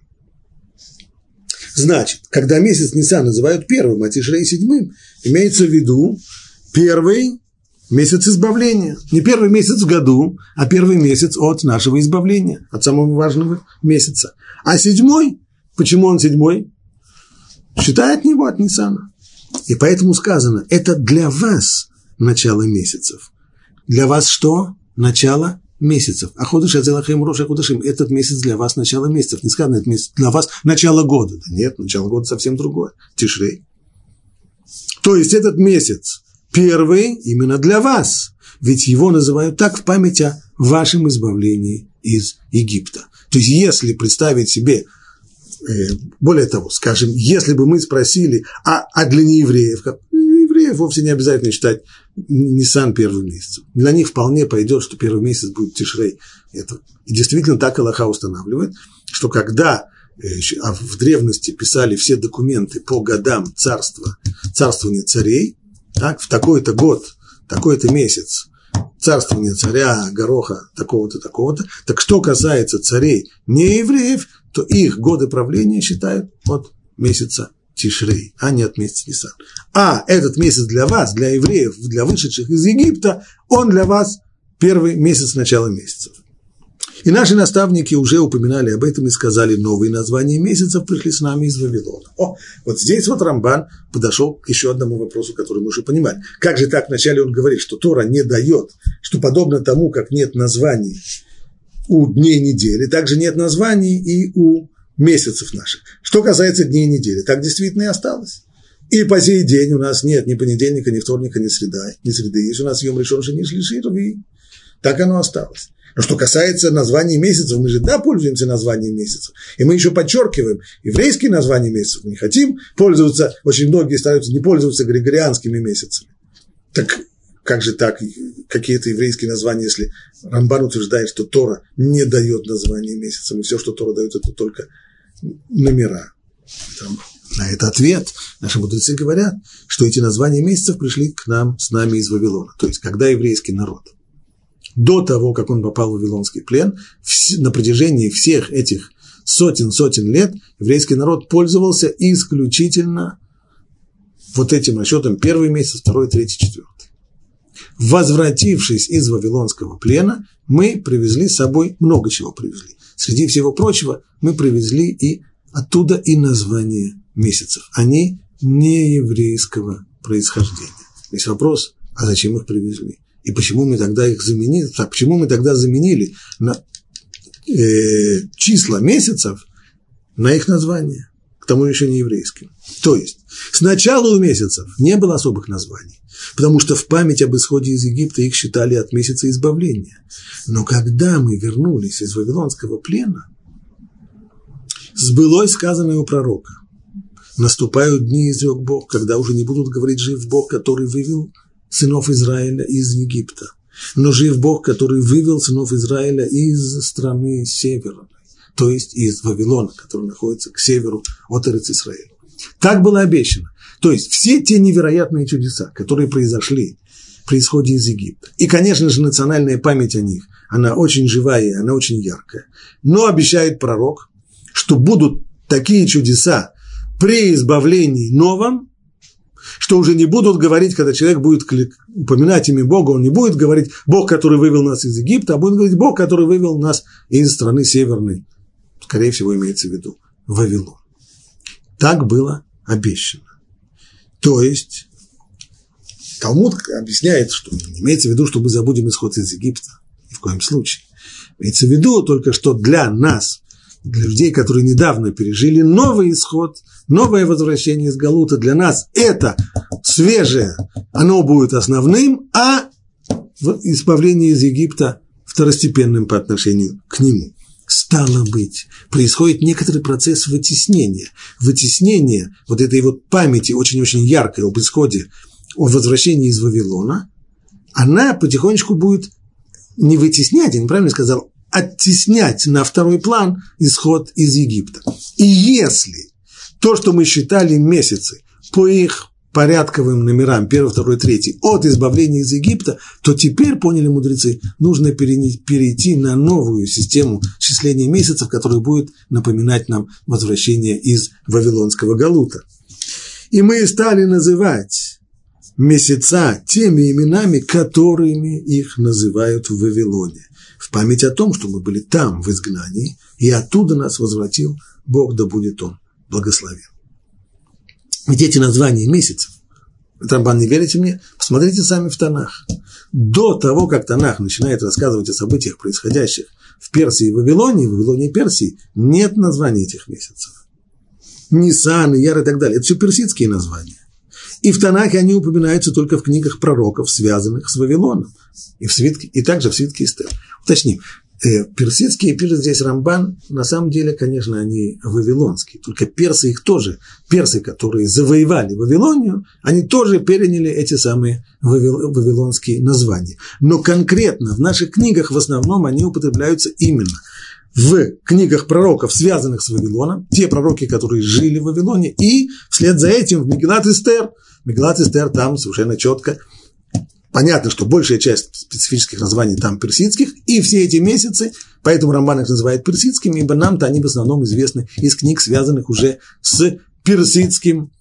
Значит, когда месяц Нисан называют первым, а Тишрей 7-м, имеется в виду первый месяц избавления. Не первый месяц в году, а первый месяц от нашего избавления, от самого важного месяца. А 7-й, почему он 7-й? Считает него от Нисана. И поэтому сказано, это для вас начало месяцев. Для вас что? Начало месяцев. А ходыш адзелахем роша худашим. Этот месяц для вас начало месяцев. Не сказано, это месяц для вас начало года. Да нет, начало года совсем другое. Тишрей. То есть этот месяц первый именно для вас. Ведь его называют так в память о вашем избавлении из Египта. То есть если представить себе, более того, скажем, если бы мы спросили, а для неевреев, как евреев вовсе не обязательно считать Нисан первым месяцем. Для них вполне пойдет, что первый месяц будет Тишрей. И действительно так Алаха устанавливает, что когда в древности писали все документы по годам царствования царей, так, в такой-то год, такой-то месяц царствования царя Гороха такого-то, такого-то, так что касается царей неевреев, то их годы правления считают от месяца Тишрей, а не от месяца Нисан. А этот месяц для вас, для евреев, для вышедших из Египта, он для вас первый месяц начала месяцев. И наши наставники уже упоминали об этом и сказали, новые названия месяцев пришли с нами из Вавилона. Вот здесь вот Рамбан подошел к еще одному вопросу, который мы уже понимали. Как же так вначале он говорит, что Тора не дает, что подобно тому, как нет названий у дней недели, также нет названий и у месяцев наших. Что касается дней недели, так действительно и осталось. И по сей день у нас нет ни понедельника, ни вторника, ни среды. Есть у нас Йом Ришон, Шени, Шлиши, Рви. Так оно осталось. Но что касается названий месяцев, мы же пользуемся названием месяцев. И мы еще подчеркиваем, еврейские названия месяцев мы не хотим пользоваться, очень многие стараются не пользоваться григорианскими месяцами. Так как же так, какие-то еврейские названия, если Рамбан утверждает, что Тора не дает названия месяцам, и все, что Тора дает, это только номера. На это ответ. Наши мудрецы говорят, что эти названия месяцев пришли к нам, с нами из Вавилона. То есть, когда еврейский народ до того, как он попал в вавилонский плен, на протяжении всех этих сотен лет еврейский народ пользовался исключительно вот этим расчетом первый месяц, второй, третий, четвертый. Возвратившись из вавилонского плена, мы привезли с собой, много чего привезли. Среди всего прочего мы привезли и оттуда и названия месяцев. Они не еврейского происхождения. Есть вопрос, а зачем их привезли? И почему мы тогда их заменили? Почему мы тогда заменили числа месяцев на их название, к тому еще не еврейским? То есть сначала у месяцев не было особых названий, потому что в память об исходе из Египта их считали от месяца избавления. Но когда мы вернулись из вавилонского плена, сбылось сказанное у пророка. Наступают дни, изрек Бог, когда уже не будут говорить жив Бог, который вывел сынов Израиля из Египта, но жив Бог, который вывел сынов Израиля из страны северной, то есть из Вавилона, который находится к северу от Эрец-Исраэля. Так было обещано. То есть все те невероятные чудеса, которые произошли при исходе из Египта, и, конечно же, национальная память о них, она очень живая, она очень яркая, но обещает пророк, что будут такие чудеса при избавлении новом, что уже не будут говорить, когда человек будет упоминать имя Бога, он не будет говорить Бог, который вывел нас из Египта, а будет говорить Бог, который вывел нас из страны северной. Скорее всего, имеется в виду Вавилон. Так было обещано. То есть, Талмуд объясняет, что не имеется в виду, что мы забудем исход из Египта. Ни в коем случае. Имеется в виду только, что для нас, для людей, которые недавно пережили новый исход, новое возвращение из Галута, для нас это свежее, оно будет основным, а избавление из Египта второстепенным по отношению к нему. Стало быть, происходит некоторый процесс вытеснения вот этой вот памяти очень-очень яркой об исходе, о возвращении из Вавилона, она потихонечку будет не вытеснять, я неправильно сказал, оттеснять на второй план исход из Египта. И если то, что мы считали месяцы по их порядковым номерам, 1, 2, 3, от избавления из Египта, то теперь, поняли мудрецы, нужно перейти на новую систему счисления месяцев, которая будет напоминать нам возвращение из Вавилонского Галута. И мы стали называть месяца теми именами, которыми их называют в Вавилоне, в память о том, что мы были там, в изгнании, и оттуда нас возвратил Бог, да будет Он благословен. Ведь эти названия месяцев, Рамбан, не верите мне? Посмотрите сами в Танах. До того, как Танах начинает рассказывать о событиях, происходящих в Персии и Вавилоне и Персии, нет названий этих месяцев. Нисан, Ияр и так далее. Это все персидские названия. И в Танахе они упоминаются только в книгах пророков, связанных с Вавилоном, и также в свитке Эстер. Уточним, персидские пишет здесь Рамбан, на самом деле, конечно, они вавилонские, только персы их тоже, персы, которые завоевали Вавилонию, они тоже переняли эти самые вавилонские названия. Но конкретно в наших книгах в основном они употребляются именно в книгах пророков, связанных с Вавилоном, те пророки, которые жили в Вавилоне, и вслед за этим в Мегилат Эстер. Мегилат Эстер там совершенно четко. Понятно, что большая часть специфических названий там персидских, и все эти месяцы, поэтому Рамбан их называет персидскими, ибо нам-то они в основном известны из книг, связанных уже с персидским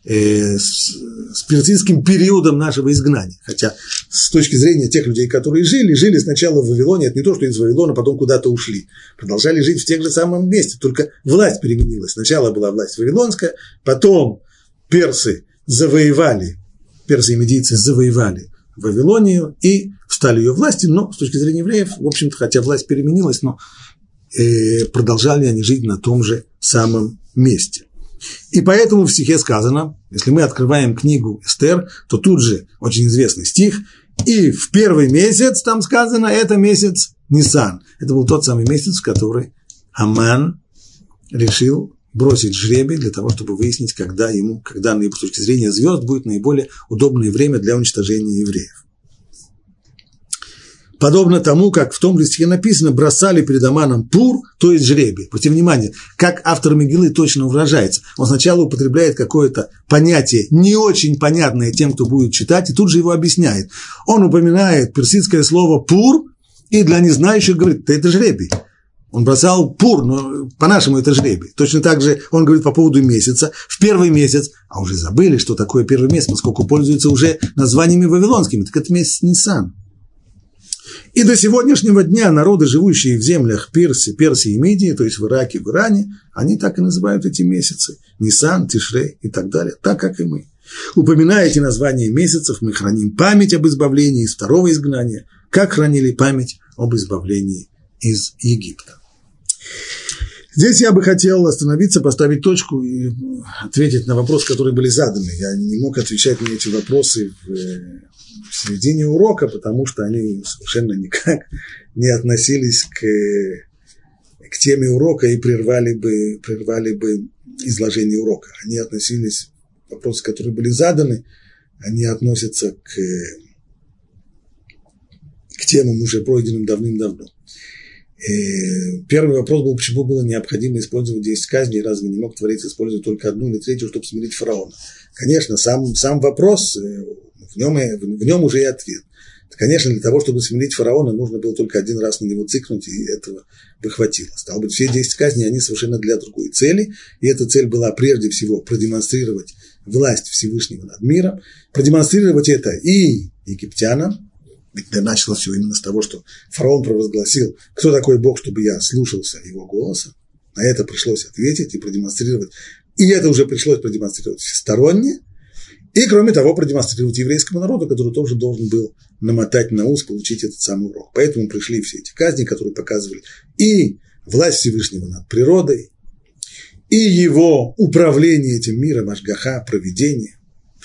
периодом нашего изгнания. Хотя с точки зрения тех людей, которые жили сначала в Вавилоне, это не то, что из Вавилона потом куда-то ушли. Продолжали жить в тех же самом месте, только власть переменилась. Сначала была власть вавилонская, потом персы и медийцы завоевали Вавилонию и стали ее властью, но с точки зрения евреев, в общем-то, хотя власть переменилась, но продолжали они жить на том же самом месте. И поэтому в стихе сказано, если мы открываем книгу Эстер, то тут же очень известный стих, и в первый месяц, там сказано, это месяц Нисан. Это был тот самый месяц, в который Аман решил бросить жребий для того, чтобы выяснить, когда с точки зрения звезд будет наиболее удобное время для уничтожения евреев. Подобно тому, как в том же стихе написано, бросали перед Аманом пур, то есть жребий. Обратите внимание, как автор Мегилы точно выражается. Он сначала употребляет какое-то понятие, не очень понятное тем, кто будет читать, и тут же его объясняет. Он упоминает персидское слово пур, и для незнающих говорит, это жребий. Он бросал пур, но по-нашему это жребий. Точно так же он говорит по поводу месяца. В первый месяц, а уже забыли, что такое первый месяц, поскольку пользуются уже названиями вавилонскими, так это месяц Нисан. И до сегодняшнего дня народы, живущие в землях Персии и Мидии, то есть в Ираке, в Иране, они так и называют эти месяцы. Нисан, Тишрей и так далее, так как и мы. Упоминая эти названия месяцев, мы храним память об избавлении из второго изгнания, как хранили память об избавлении из Египта. Здесь я бы хотел остановиться, поставить точку и ответить на вопросы, которые были заданы. Я не мог отвечать на эти вопросы в середине урока, потому что они совершенно никак не относились к теме урока и прервали бы изложение урока. Они относились, вопросы, которые были заданы, они относятся к темам, уже пройденным давным-давно. Первый вопрос был, почему было необходимо использовать 10 казней, разве не мог Творец использовать только одну или третью, чтобы смирить фараона? Конечно, сам вопрос, в нем уже и ответ. Конечно, для того, чтобы смирить фараона, нужно было только один раз на него цикнуть, и этого бы хватило. Стало быть, все 10 казней, они совершенно для другой цели, и эта цель была прежде всего продемонстрировать власть Всевышнего над миром, продемонстрировать это и египтянам. Ведь началось все именно с того, что фараон провозгласил, кто такой Бог, чтобы я слушался его голоса. На это пришлось ответить и продемонстрировать. И это уже пришлось продемонстрировать всесторонне. И, кроме того, продемонстрировать еврейскому народу, который тоже должен был намотать на ус, получить этот самый урок. Поэтому пришли все эти казни, которые показывали и власть Всевышнего над природой, и его управление этим миром, ашгаха, провидение,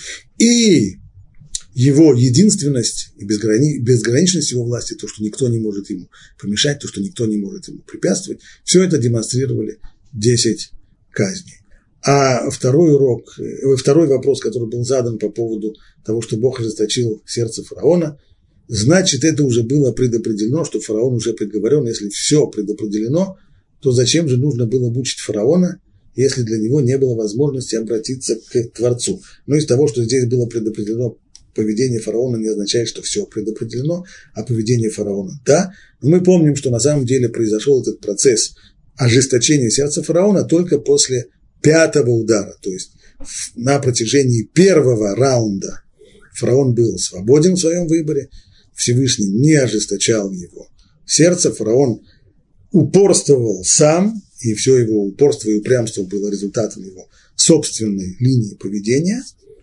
и его единственность и безграничность его власти, то, что никто не может ему помешать, то, что никто не может ему препятствовать, все это демонстрировали 10 казней. А второй вопрос, который был задан по поводу того, что Бог ожесточил сердце фараона, значит, это уже было предопределено, что фараон уже приговорен. Если все предопределено, то зачем же нужно было мучить фараона, если для него не было возможности обратиться к Творцу? Но из того, что здесь было предопределено, поведение фараона не означает, что все предопределено, а поведение фараона – да. Но мы помним, что на самом деле произошел этот процесс ожесточения сердца фараона только после 5-го удара. То есть на протяжении 1-го раунда фараон был свободен в своем выборе, Всевышний не ожесточал его сердце, фараон упорствовал сам, и все его упорство и упрямство было результатом его собственной линии поведения,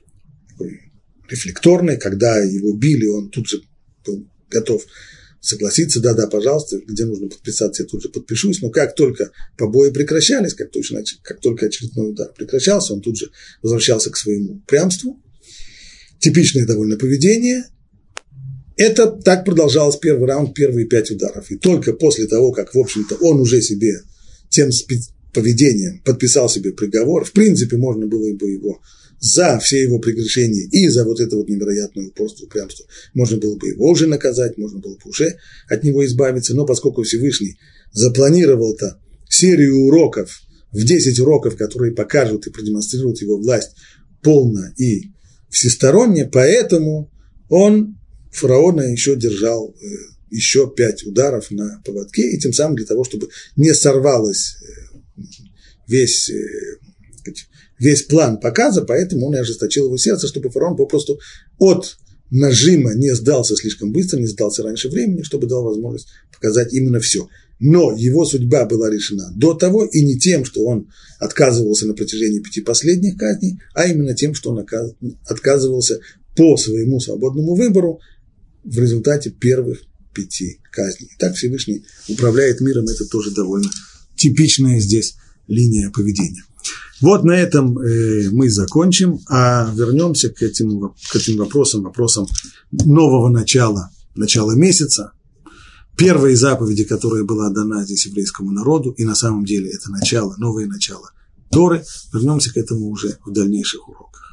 рефлекторной. Когда его били, он тут же был готов согласиться, да, пожалуйста, где нужно подписаться, я тут же подпишусь, но как только побои прекращались, как только очередной удар прекращался, он тут же возвращался к своему упрямству. Типичное довольно поведение. Это так продолжалось первый раунд, первые 5 ударов. И только после того, как, в общем-то, он уже себе тем поведением подписал себе приговор, в принципе, можно было бы его за все его прегрешения и за вот это вот невероятное упорство, упрямство, можно было бы его уже наказать, можно было бы уже от него избавиться, но поскольку Всевышний запланировал-то серию уроков, в 10 уроков, которые покажут и продемонстрируют его власть полно и всесторонне, поэтому он фараона еще держал еще 5 ударов на поводке, и тем самым для того, чтобы не сорвалось весь план показа, поэтому он и ожесточил его сердце, чтобы фараон попросту от нажима не сдался слишком быстро, не сдался раньше времени, чтобы дал возможность показать именно все. Но его судьба была решена до того, и не тем, что он отказывался на протяжении 5 последних казней, а именно тем, что он отказывался по своему свободному выбору в результате первых 5 казней. И так Всевышний управляет миром, это тоже довольно типичная здесь линия поведения. Вот на этом мы закончим, а вернемся к этим вопросам нового начала месяца. Первой заповеди, которая была дана здесь еврейскому народу, и на самом деле это начало, новое начало Торы, вернемся к этому уже в дальнейших уроках.